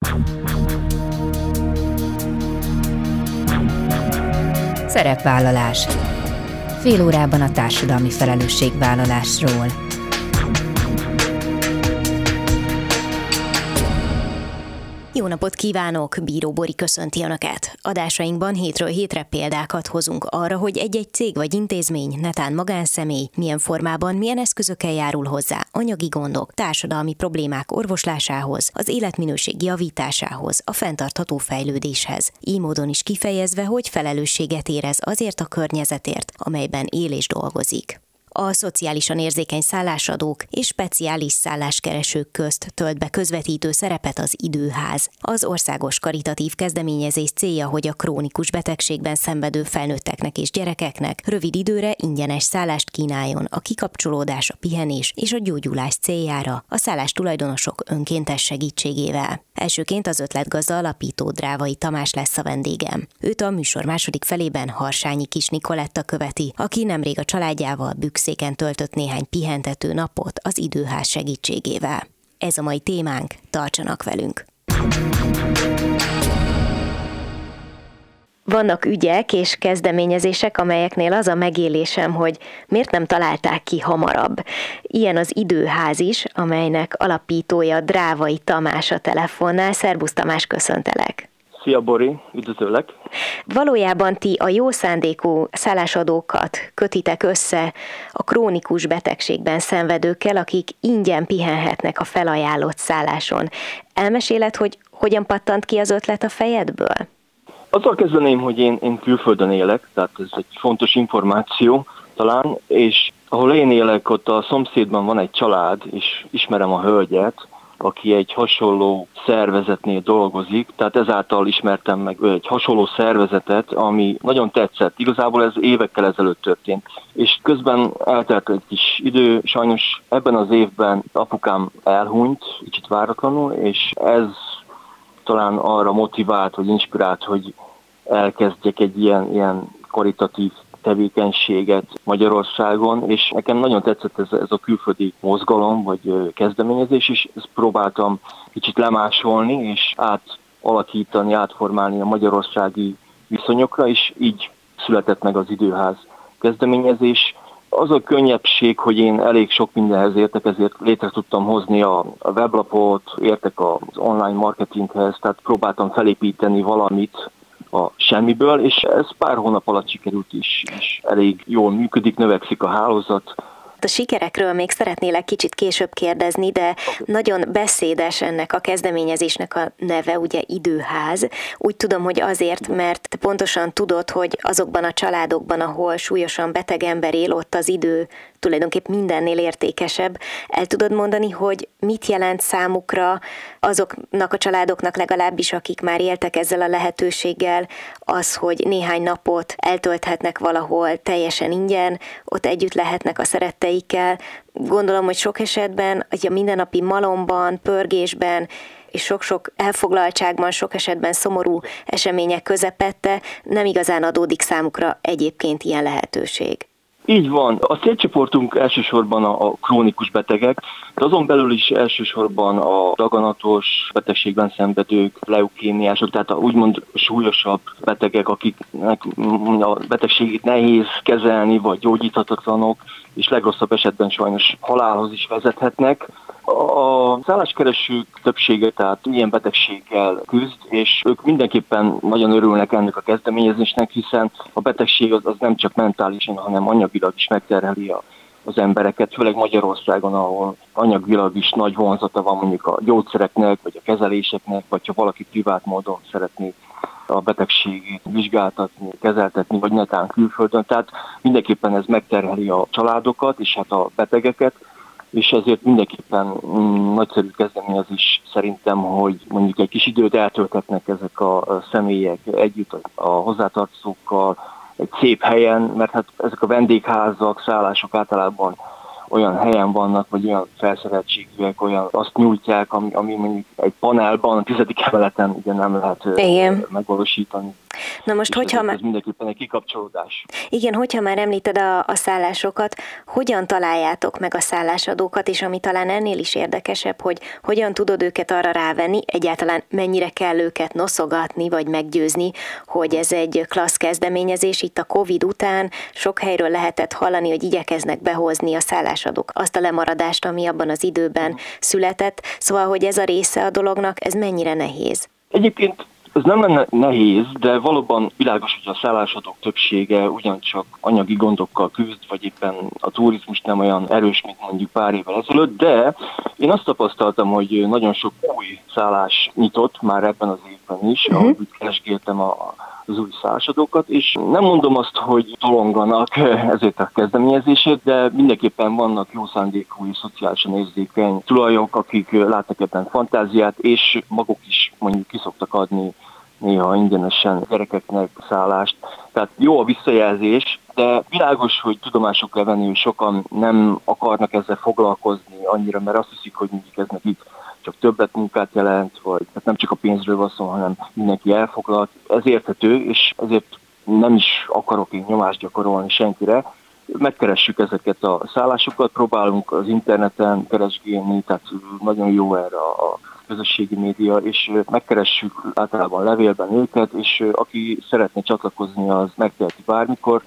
Szerepvállalás. Fél órában a társadalmi felelősségvállalásról. Jó napot kívánok! Bíró Bori köszönti Önöket. Adásainkban hétről hétre példákat hozunk arra, hogy egy-egy cég vagy intézmény, netán magánszemély, milyen formában, milyen eszközökkel járul hozzá anyagi gondok, társadalmi problémák orvoslásához, az életminőség javításához, a fenntartható fejlődéshez. Így módon is kifejezve, hogy felelősséget érez azért a környezetért, amelyben él és dolgozik. A szociálisan érzékeny szállásadók és speciális szálláskeresők közt tölt be közvetítő szerepet az Időház. Az országos karitatív kezdeményezés célja, hogy a krónikus betegségben szenvedő felnőtteknek és gyerekeknek rövid időre ingyenes szállást kínáljon a kikapcsolódás, a pihenés és a gyógyulás céljára a szállás tulajdonosok önkéntes segítségével. Elsőként az ötletgazda alapító Drávai Tamás lesz a vendégem. Őt a műsor második felében Harsányi Kis Nikoletta követi, aki nemrég a családjával Bükszéken töltött néhány pihentető napot az Időház segítségével. Ez a mai témánk, tartsanak velünk! Vannak ügyek és kezdeményezések, amelyeknél az a megélésem, hogy miért nem találták ki hamarabb. Ilyen az Időház is, amelynek alapítója Drávai Tamás a telefonnál. Szerbusz Tamás, köszöntelek! Szia Bori, üdvözöllek! Valójában ti a jó szándékú szállásadókat kötitek össze a krónikus betegségben szenvedőkkel, akik ingyen pihenhetnek a felajánlott szálláson. Elmeséled, hogy hogyan pattant ki az ötlet a fejedből? Azzal kezdeném, hogy én külföldön élek, tehát ez egy fontos információ talán, és ahol én élek, ott a szomszédban van egy család, és ismerem a hölgyet, aki egy hasonló szervezetnél dolgozik, tehát ezáltal ismertem meg egy hasonló szervezetet, ami nagyon tetszett. Igazából ez évekkel ezelőtt történt. És közben eltelt egy kis idő, sajnos ebben az évben apukám elhunyt, kicsit váratlanul, és ez talán arra motivált, vagy inspirált, hogy elkezdjek egy ilyen karitatív tevékenységet Magyarországon, és nekem nagyon tetszett ez a külföldi mozgalom, vagy kezdeményezés, és ezt próbáltam kicsit lemásolni, és átalakítani, átformálni a magyarországi viszonyokra, és így született meg az Időház kezdeményezés. Az a könnyebbség, hogy én elég sok mindenhez értek, ezért létre tudtam hozni a weblapot, értek az online marketinghez, tehát próbáltam felépíteni valamit a semmiből, és ez pár hónap alatt sikerült is, és elég jól működik, növekszik a hálózat. A sikerekről még szeretnélek kicsit később kérdezni, de nagyon beszédes ennek a kezdeményezésnek a neve, ugye Időház. Úgy tudom, hogy azért, mert te pontosan tudod, hogy azokban a családokban, ahol súlyosan beteg ember él, ott az idő tulajdonképp mindennél értékesebb. El tudod mondani, hogy mit jelent számukra azoknak a családoknak legalábbis, akik már éltek ezzel a lehetőséggel, az, hogy néhány napot eltölthetnek valahol teljesen ingyen, ott együtt lehetnek a szeretteikkel. Gondolom, hogy sok esetben, hogy a mindennapi malomban, pörgésben, és sok-sok elfoglaltságban, sok esetben szomorú események közepette nem igazán adódik számukra egyébként ilyen lehetőség. Így van. A célcsoportunk elsősorban a krónikus betegek, de azon belül is elsősorban a daganatos betegségben szenvedők, leukémiások, tehát a úgymond súlyosabb betegek, akiknek a betegségét nehéz kezelni, vagy gyógyíthatatlanok, és legrosszabb esetben sajnos halálhoz is vezethetnek. A szálláskeresők többsége tehát ilyen betegséggel küzd, és ők mindenképpen nagyon örülnek ennek a kezdeményezésnek, hiszen a betegség az nem csak mentálisan, hanem anyagilag is megterheli az embereket, főleg Magyarországon, ahol anyagilag is nagy vonzata van mondjuk a gyógyszereknek, vagy a kezeléseknek, vagy ha valaki privát módon szeretné a betegségét vizsgáltatni, kezeltetni, vagy netán külföldön. Tehát mindenképpen ez megterheli a családokat, és hát a betegeket, és ezért mindenképpen nagyszerű kezdeményezés szerintem, hogy mondjuk egy kis időt eltöltetnek ezek a személyek együtt a hozzátartozókkal, egy szép helyen, mert hát ezek a vendégházak, szállások általában olyan helyen vannak, vagy olyan felszereltségűek, olyan azt nyújtják, ami mondjuk egy panelban, a 10. emeleten ugye nem lehet megvalósítani. Na most, hogyha ez mindenképpen egy kikapcsolódás. Igen, hogyha már említed a szállásokat, hogyan találjátok meg a szállásadókat, és ami talán ennél is érdekesebb, hogy hogyan tudod őket arra rávenni, egyáltalán mennyire kell őket noszogatni, vagy meggyőzni, hogy ez egy klassz kezdeményezés. Itt a Covid után sok helyről lehetett hallani, hogy igyekeznek behozni a szállásadók azt a lemaradást, ami abban az időben született. Szóval, hogy ez a része a dolognak, ez mennyire nehéz? Egyébként ez nem lenne nehéz, de valóban világos, hogy a szállásadók többsége ugyancsak anyagi gondokkal küzd, vagy éppen a turizmus nem olyan erős, mint mondjuk pár évvel ezelőtt, de én azt tapasztaltam, hogy nagyon sok új szállás nyitott már ebben az évben is, ahogy keresgéltem az új szállásadókat, és nem mondom azt, hogy tolonganak ezért a kezdeményezését, de mindenképpen vannak jó szándékú és szociálisan érzékeny tulajok, akik látnak ebben fantáziát, és maguk is mondjuk ki szoktak adni néha ingyenesen gyerekeknek szállást. Tehát jó a visszajelzés, de világos, hogy tudomásul kell venni, hogy sokan nem akarnak ezzel foglalkozni annyira, mert azt hiszik, hogy mondjuk ez nekik csak többet munkát jelent, vagy hát nem csak a pénzről van szó, hanem mindenki elfoglalt. Ez érthető, és ezért nem is akarok én nyomást gyakorolni senkire. Megkeressük ezeket a szállásokat, próbálunk az interneten keresgélni, tehát nagyon jó erre a közösségi média, és megkeressük általában levélben őket, és aki szeretne csatlakozni, az megteheti bármikor.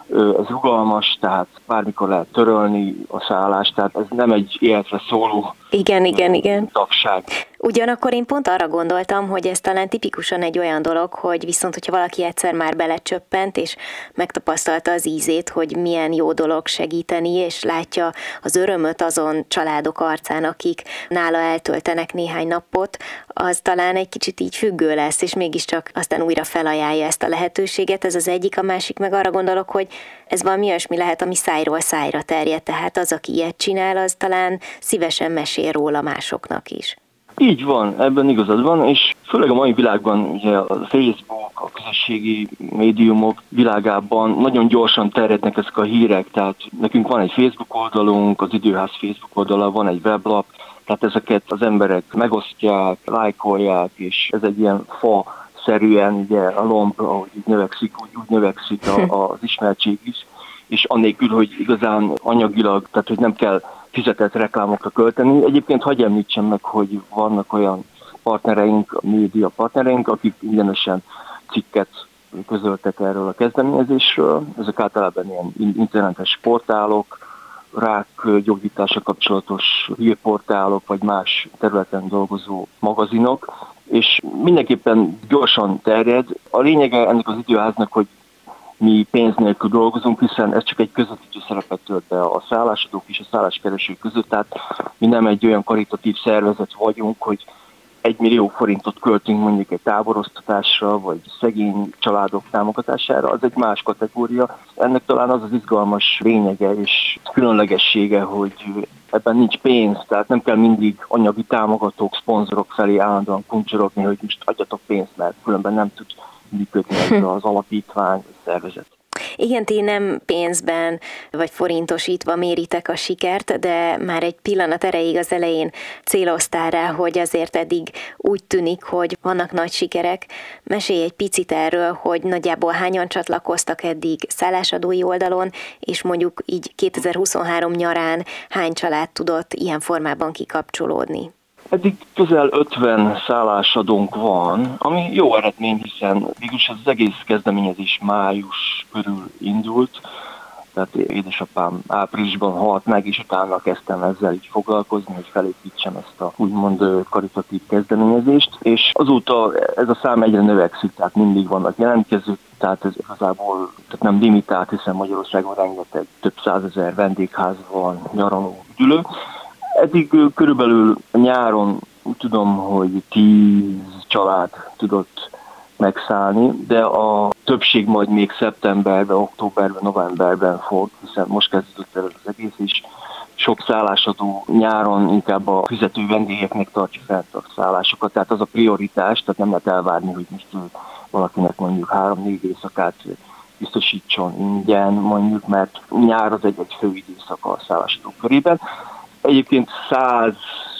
Ez rugalmas, tehát bármikor lehet törölni a szállást, tehát ez nem egy életre szóló Igen. tagság. Ugyanakkor én pont arra gondoltam, hogy ez talán tipikusan egy olyan dolog, hogy viszont, hogyha valaki egyszer már belecsöppent, és megtapasztalta az ízét, hogy milyen jó dolog segíteni, és látja az örömöt azon családok arcán, akik nála eltöltenek néhány napot, az talán egy kicsit így függő lesz, és mégiscsak aztán újra felajánlja ezt a lehetőséget. Ez az egyik, a másik meg arra gondolok, hogy ez valami olyasmi lehet, ami szájról szájra terjed, tehát az, aki ilyet csinál, az talán szívesen mesél róla másoknak is. Így van, ebben igazad van, és főleg a mai világban, ugye a Facebook, a közösségi médiumok világában nagyon gyorsan terjednek ezek a hírek, tehát nekünk van egy Facebook oldalunk, az Időház Facebook oldala, van egy weblap, tehát ezeket az emberek megosztják, lájkolják, és ez egy ilyen fa-szerűen, ugye a lomb, ahogy így növekszik, úgy növekszik az ismertség is, és annélkül, hogy igazán anyagilag, tehát hogy nem kell fizetett reklámokra költeni. Egyébként hagyj említsem meg, hogy vannak olyan partnereink, média partnereink, akik ingyenesen cikket közöltek erről a kezdeményezésről. Ezek általában ilyen internetes portálok, rákgyógyítással kapcsolatos hírportálok, vagy más területen dolgozó magazinok, és mindenképpen gyorsan terjed. A lényege ennek az Időháznak, hogy mi pénz nélkül dolgozunk, hiszen ez csak egy közvetítő szerepet tölt be a szállásadók és a szálláskeresők között, tehát mi nem egy olyan karitatív szervezet vagyunk, hogy 1 millió forintot költünk mondjuk egy táboroztatásra, vagy szegény családok támogatására, az egy más kategória. Ennek talán az az izgalmas lényege és különlegessége, hogy ebben nincs pénz, tehát nem kell mindig anyagi támogatók, szponzorok felé állandóan kuncsorogni, hogy most adjatok pénzt, mert különben nem tud működni ez az alapítvány, szervezet. Igen, ti nem pénzben vagy forintosítva méritek a sikert, de már egy pillanat erejéig az elején céloztál rá, hogy azért eddig úgy tűnik, hogy vannak nagy sikerek. Mesélj egy picit erről, hogy nagyjából hányan csatlakoztak eddig szállásadói oldalon, és mondjuk így 2023 nyarán hány család tudott ilyen formában kikapcsolódni? Eddig közel 50 szállásadónk van, ami jó eredmény, hiszen végülis az egész kezdeményezés május körül indult, tehát édesapám áprilisban halt meg, és utána kezdtem ezzel így foglalkozni, hogy felépítsem ezt a úgymond karitatív kezdeményezést, és azóta ez a szám egyre növekszik, tehát mindig vannak jelentkezők, tehát ez igazából nem limitált, hiszen Magyarországon rengeteg több százezer vendégház van, nyaraló, üdülő. Eddig körülbelül nyáron úgy tudom, hogy 10 család tudott megszállni, de a többség majd még szeptemberben, októberben, novemberben fog, hiszen most kezdődött el az egész is. Sok szállásadó nyáron inkább a fizető vendégeknek tartja fent a szállásokat, tehát az a prioritás, tehát nem lehet elvárni, hogy most valakinek mondjuk 3-4 éjszakát biztosítson ingyen, mondjuk, mert nyár az egy fő időszak a szállásadók körében. Egyébként 100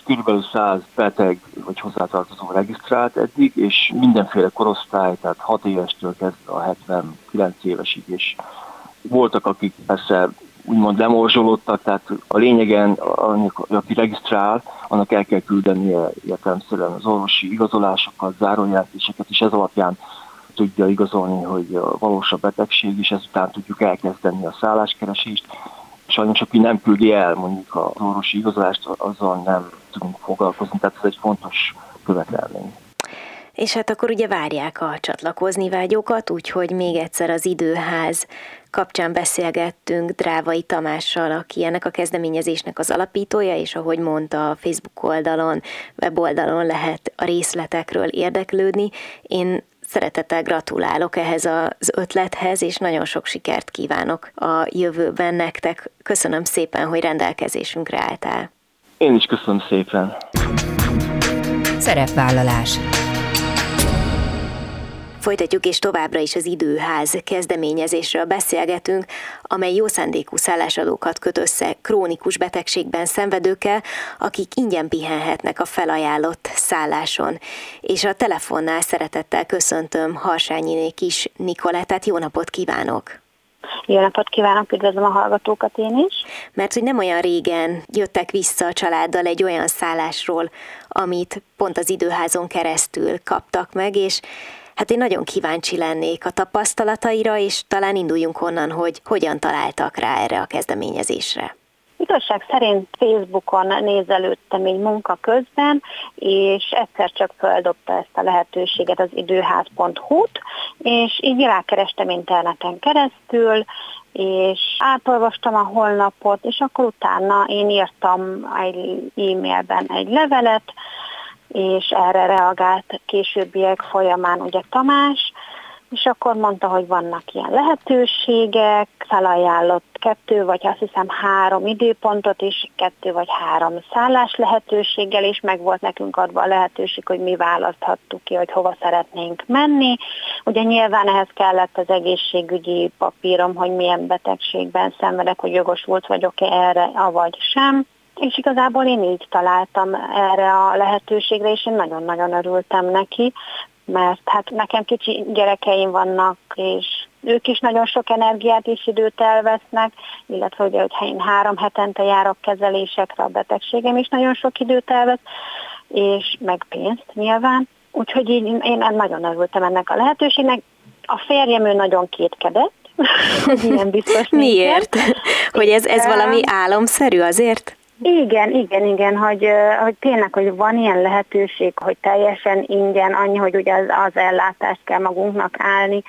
körülbelül 100 beteg vagy hozzátartozó regisztrált eddig, és mindenféle korosztály, tehát 6 évestől kezdve a 79 évesig, és voltak, akik persze úgymond lemorzsolódtak, tehát a lényegen, aki regisztrál, annak el kell küldenie értelemszerűen az orvosi igazolásokat, zárójelentéseket, és ez alapján tudja igazolni, hogy valós a betegség, és ezután tudjuk elkezdeni a szálláskeresést. Sajnos, aki nem küldi el mondjuk az orvosi igazolást, azzal nem tudunk foglalkozni, tehát ez egy fontos követelmény. És hát akkor ugye várják a csatlakozni vágyókat, úgyhogy még egyszer az Időház kapcsán beszélgettünk Drávai Tamással, aki ennek a kezdeményezésnek az alapítója, és ahogy mondta, a Facebook oldalon, weboldalon lehet a részletekről érdeklődni. Én szeretettel gratulálok ehhez az ötlethez, és nagyon sok sikert kívánok a jövőben nektek. Köszönöm szépen, hogy rendelkezésünkre álltál. Én is köszönöm szépen. Szerepvállalás. Folytatjuk, és továbbra is az Időház kezdeményezésről beszélgetünk, amely jó szándékú szállásadókat köt össze krónikus betegségben szenvedőkkel, akik ingyen pihenhetnek a felajánlott szálláson. És a telefonnál szeretettel köszöntöm Harsányiné Kis Nikolettát. Jó napot kívánok! Jó napot kívánok, üdvözlöm a hallgatókat én is. Mert hogy nem olyan régen jöttek vissza a családdal egy olyan szállásról, amit pont az Időházon keresztül kaptak meg, és hát én nagyon kíváncsi lennék a tapasztalataira, és talán induljunk onnan, hogy hogyan találtak rá erre a kezdeményezésre. Igazság szerint Facebookon nézelődtem így munka közben, és egyszer csak feldobta ezt a lehetőséget az időház.hu-t, és így rákerestem interneten keresztül, és átolvastam a honlapot, és akkor utána én írtam egy e-mailben egy levelet, és erre reagált későbbiek folyamán ugye Tamás, és akkor mondta, hogy vannak ilyen lehetőségek, felajánlott 2 vagy azt hiszem 3 időpontot is, 2 vagy 3 szállás lehetőséggel, és meg volt nekünk adva a lehetőség, hogy mi választhattuk ki, hogy hova szeretnénk menni. Ugye nyilván ehhez kellett az egészségügyi papírom, hogy milyen betegségben szenvedek, hogy jogosult vagyok-e erre, avagy sem. És igazából én így találtam erre a lehetőségre, és én nagyon-nagyon örültem neki, mert hát nekem kicsi gyerekeim vannak, és ők is nagyon sok energiát és időt elvesznek, illetve hogy én 3 hetente járok kezelésekre, a betegségem is nagyon sok időt elvesz, és meg pénzt nyilván. Úgyhogy én nagyon örültem ennek a lehetőségnek. A férjem ő nagyon kétkedett, hogy ilyen biztos miért? Hogy ez valami álomszerű azért? Igen, hogy tényleg, hogy van ilyen lehetőség, hogy teljesen ingyen, annyi, hogy ugye az ellátást kell magunknak állni,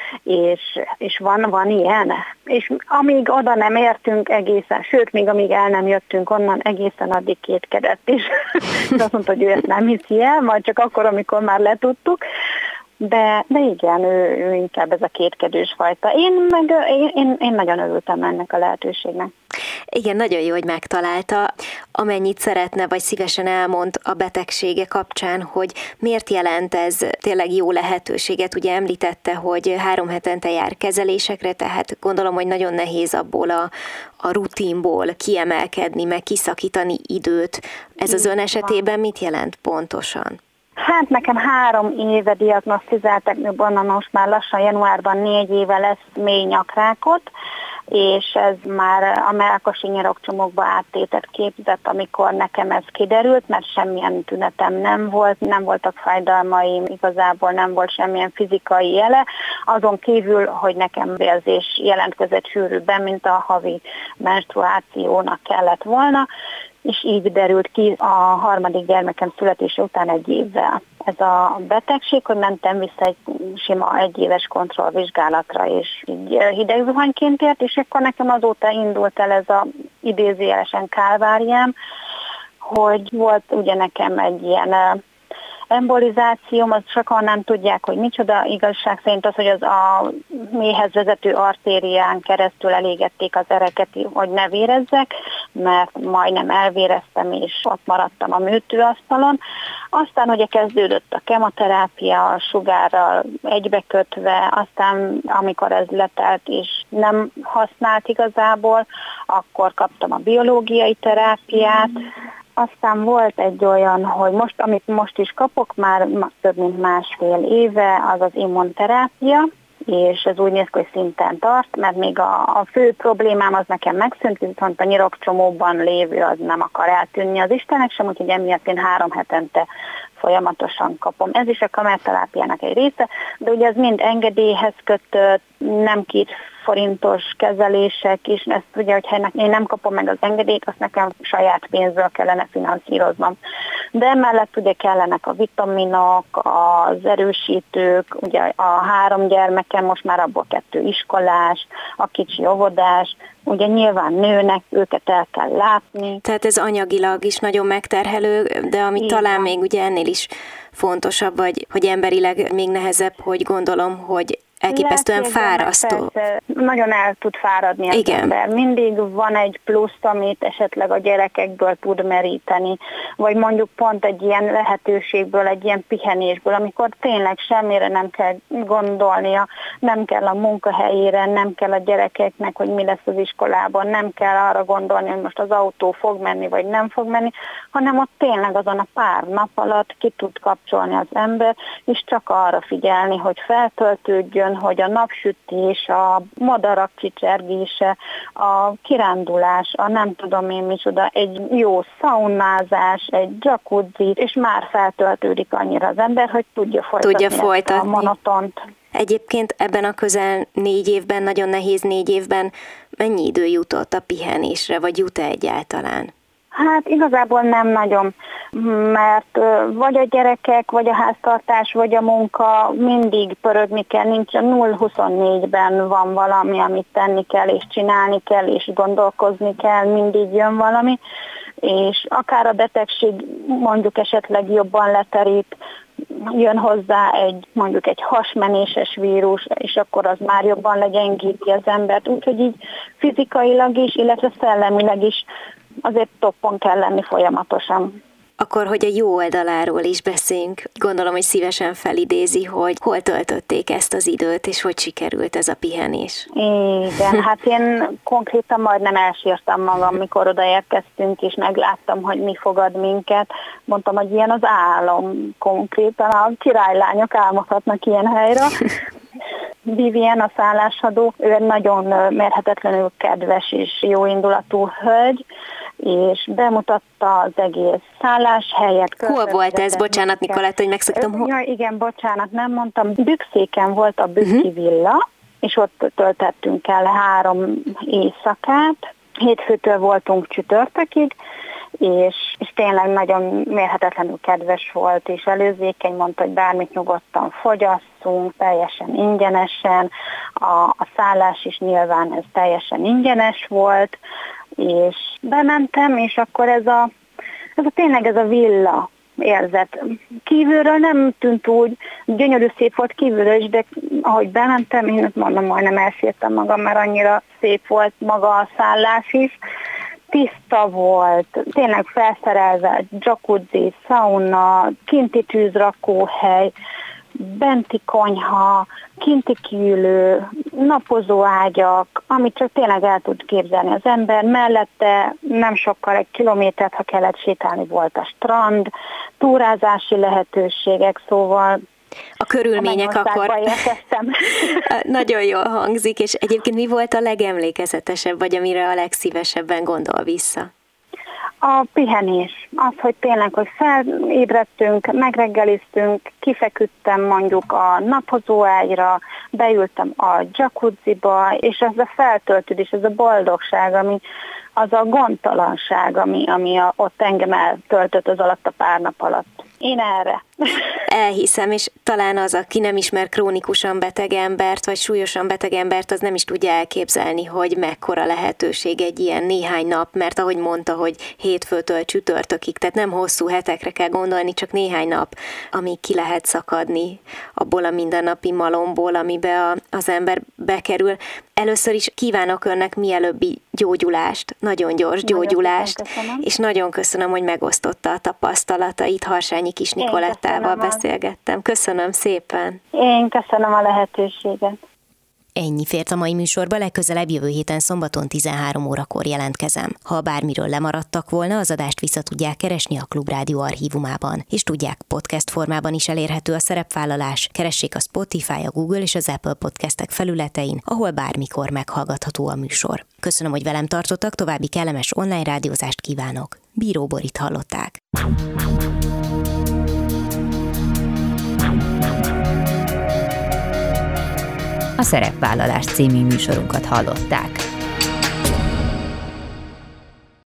és van ilyen. És amíg oda nem értünk egészen, sőt, még amíg el nem jöttünk onnan, egészen addig kétkedett is. Azt mondta, hogy ő ezt nem hiszi el, majd csak akkor, amikor már letudtuk. De igen, ő inkább ez a kétkedős fajta. Én nagyon örültem ennek a lehetőségnek. Igen, nagyon jó, hogy megtalálta. Amennyit szeretne, vagy szívesen elmond a betegsége kapcsán, hogy miért jelent ez tényleg jó lehetőséget. Ugye említette, hogy 3 hetente jár kezelésekre, tehát gondolom, hogy nagyon nehéz abból a rutinból kiemelkedni, meg kiszakítani időt. Ez az ön esetében mit jelent pontosan? Hát nekem 3 éve diagnosztizáltak, most már lassan januárban 4 éve lesz mély nyakrákot, és ez már a mellkasi nyirokcsomókba áttétet képzett, amikor nekem ez kiderült, mert semmilyen tünetem nem volt, nem voltak fájdalmaim, igazából nem volt semmilyen fizikai jele, azon kívül, hogy nekem vérzés jelentkezett sűrűbben, mint a havi menstruációnak kellett volna, és így derült ki a 3. gyermekem születése után 1 évvel. Ez a betegség, hogy mentem vissza egy sima 1 éves kontrollvizsgálatra, és így hidegzuhanyként ért, és akkor nekem azóta indult el ez a idézőjelesen kálváriám, hogy volt ugye nekem egy ilyen embolizációm, azt sokan nem tudják, hogy micsoda, igazság szerint az, hogy az a mélyhez vezető artérián keresztül elégették az ereket, hogy ne vérezzek, mert majdnem elvéreztem, és ott maradtam a műtőasztalon. Aztán ugye kezdődött a kemoterápia, a sugárral egybekötve, aztán amikor ez letelt és nem használt igazából, akkor kaptam a biológiai terápiát, Aztán volt egy olyan, hogy amit most is kapok, már több mint 1,5 éve, az az immunterápia, és ez úgy néz ki, hogy szinten tart, mert még a fő problémám az nekem megszűnt, viszont a nyirokcsomóban lévő az nem akar eltűnni az Istennek sem, úgyhogy emiatt én 3 hetente folyamatosan kapom. Ez is a kamerterápiának egy része, de ugye ez mind engedélyhez kötött, nem 2 forintos kezelések is, ezt ugye, hogyha én nem kapom meg az engedélyt, azt nekem saját pénzből kellene finanszíroznom. De emellett ugye kellenek a vitaminok, az erősítők, ugye a 3 gyermekem, most már abból 2 iskolás, a kicsi óvodás, ugye nyilván nőnek, őket el kell látni. Tehát ez anyagilag is nagyon megterhelő, de ami igen, talán még ugye ennél is fontosabb, hogy emberileg még nehezebb, hogy gondolom, hogy elképesztően fárasztó. Persze, nagyon el tud fáradni az ember. Mindig van egy plusz, amit esetleg a gyerekekből tud meríteni, vagy mondjuk pont egy ilyen lehetőségből, egy ilyen pihenésből, amikor tényleg semmire nem kell gondolnia, nem kell a munkahelyére, nem kell a gyerekeknek, hogy mi lesz az iskolában, nem kell arra gondolni, hogy most az autó fog menni, vagy nem fog menni, hanem ott tényleg azon a pár nap alatt ki tud kapcsolni az ember, és csak arra figyelni, hogy feltöltődjön, hogy a napsütés, a madarak csicsergése, a kirándulás, a nem tudom én micsoda, egy jó szaunázás, egy jacuzzi, és már feltöltődik annyira az ember, hogy tudja folytatni. A monotont. Egyébként ebben a közel 4 évben, nagyon nehéz 4 évben mennyi idő jutott a pihenésre, vagy jut-e egyáltalán? Hát igazából nem nagyon, mert vagy a gyerekek, vagy a háztartás, vagy a munka mindig pörögni kell, nincs, 0-24-ben van valami, amit tenni kell, és csinálni kell, és gondolkozni kell, mindig jön valami, és akár a betegség mondjuk esetleg jobban leterít, jön hozzá mondjuk egy hasmenéses vírus, és akkor az már jobban legyengíti az embert, úgyhogy így fizikailag is, illetve szellemileg is azért toppon kell lenni folyamatosan. Akkor, hogy a jó oldaláról is beszéljünk, gondolom, hogy szívesen felidézi, hogy hol töltötték ezt az időt, és hogy sikerült ez a pihenés. Igen, hát én konkrétan majdnem elsírtam magam, mikor odaérkeztünk, és megláttam, hogy mi fogad minket. Mondtam, hogy ilyen az álom konkrétan, a királylányok álmodhatnak ilyen helyre. Vivian, a szállásadó, ő egy nagyon mérhetetlenül kedves és jóindulatú hölgy, és bemutatta az egész szálláshelyet. Hol volt ez? Bocsánat, Nikolett, hogy megszoktam. Ja, igen, bocsánat, nem mondtam. Bükszéken volt a Bükki villa, és ott töltettünk el 3 éjszakát. Hétfőtől voltunk csütörtökig, és tényleg nagyon mérhetetlenül kedves volt, és előzékeny, mondta, hogy bármit nyugodtan fogyasszunk, teljesen ingyenesen. A szállás is nyilván ez teljesen ingyenes volt, és bementem, és akkor tényleg ez a villa érzet. Kívülről nem tűnt úgy, gyönyörű szép volt kívülről is, de ahogy bementem, én mondom, majdnem elsírtam magam, mert annyira szép volt maga a szállás is. Tiszta volt, tényleg felszerelve, jacuzzi, szauna, kinti tűzrakóhely, benti konyha, kinti kiülő, napozóágyak, amit csak tényleg el tud képzelni az ember. Mellette nem sokkal 1 kilométert, ha kellett sétálni, volt a strand, túrázási lehetőségek, szóval a körülmények akkor nagyon jól hangzik, és egyébként mi volt a legemlékezetesebb, vagy amire a legszívesebben gondol vissza? A pihenés. Az, hogy tényleg, hogy felébredtünk, megreggeliztünk, kifeküdtem mondjuk a napozóágyra, beültem a jacuzziba, és ez a feltöltődés, ez a boldogság, az a gondtalanság, ami ott engem eltöltött az alatt a pár nap alatt. Én erre. Elhiszem, és talán az, aki nem ismer krónikusan beteg embert, vagy súlyosan beteg embert, az nem is tudja elképzelni, hogy mekkora lehetőség egy ilyen néhány nap, mert ahogy mondta, hogy hétfőtől csütörtökig, tehát nem hosszú hetekre kell gondolni, csak néhány nap, amíg ki lehet szakadni abból a mindennapi malomból, amibe az ember bekerül. Először is kívánok önnek mielőbbi gyógyulást, nagyon gyors gyógyulást, és nagyon köszönöm, hogy megosztotta a tapasztalatait. Harsányi Kis Nikolettával beszélgettem. Köszönöm szépen. Én köszönöm a lehetőséget. Ennyi fért a mai műsorba, legközelebb jövő héten szombaton 13 órakor jelentkezem. Ha bármiről lemaradtak volna, az adást vissza tudják keresni a Klubrádió archívumában, és tudják, podcast formában is elérhető a szerepvállalás. Keressék a Spotify, a Google és az Apple podcastek felületein, ahol bármikor meghallgatható a műsor. Köszönöm, hogy velem tartottak, további kellemes online rádiózást kívánok. Bíró Borit hallották. A Szerepvállalás című műsorunkat hallották.